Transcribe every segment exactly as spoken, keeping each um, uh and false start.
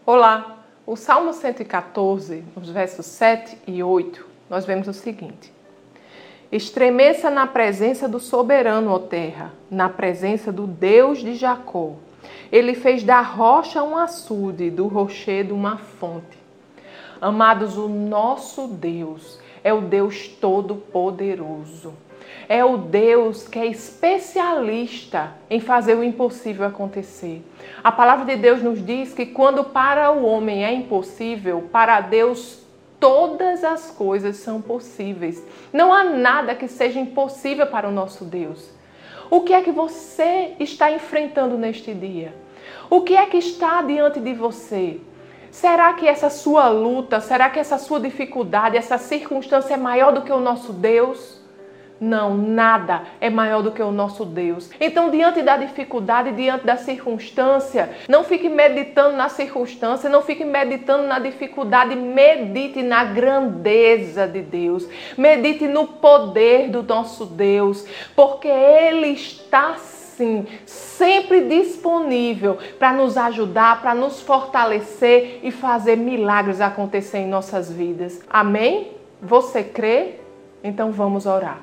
Olá! O Salmo cento e quatorze, nos versos sete e oito, nós vemos o seguinte: Estremeça na presença do soberano, ó terra, na presença do Deus de Jacó. Ele fez da rocha um açude, do rochedo uma fonte. Amados, o nosso Deus é o Deus Todo-Poderoso. É o Deus que é especialista em fazer o impossível acontecer. A palavra de Deus nos diz que quando para o homem é impossível, para Deus todas as coisas são possíveis. Não há nada que seja impossível para o nosso Deus. O que é que você está enfrentando neste dia? O que é que está diante de você? Será que essa sua luta, será que essa sua dificuldade, essa circunstância é maior do que o nosso Deus? Não, nada é maior do que o nosso Deus. Então, diante da dificuldade, diante da circunstância, não fique meditando na circunstância, não fique meditando na dificuldade, medite na grandeza de Deus. Medite no poder do nosso Deus, porque Ele está sim, sempre disponível para nos ajudar, para nos fortalecer e fazer milagres acontecer em nossas vidas. Amém? Você crê? Então vamos orar.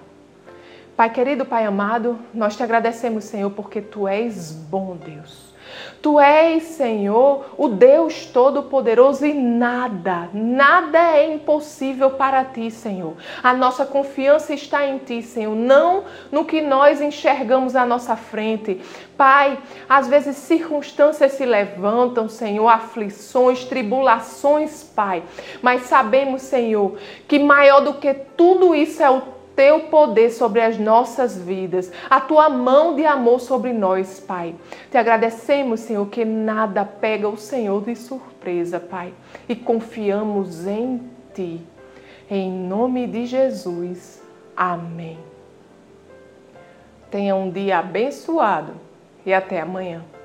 Pai querido, Pai amado, nós te agradecemos, Senhor, porque Tu és bom, Deus. Tu és, Senhor, o Deus Todo-Poderoso e nada, nada é impossível para Ti, Senhor. A nossa confiança está em Ti, Senhor, não no que nós enxergamos à nossa frente. Pai, às vezes circunstâncias se levantam, Senhor, aflições, tribulações, Pai. Mas sabemos, Senhor, que maior do que tudo isso é o Teu poder sobre as nossas vidas, a Tua mão de amor sobre nós, Pai. Te agradecemos, Senhor, que nada pega o Senhor de surpresa, Pai, e confiamos em Ti. Em nome de Jesus. Amém. Tenha um dia abençoado e até amanhã.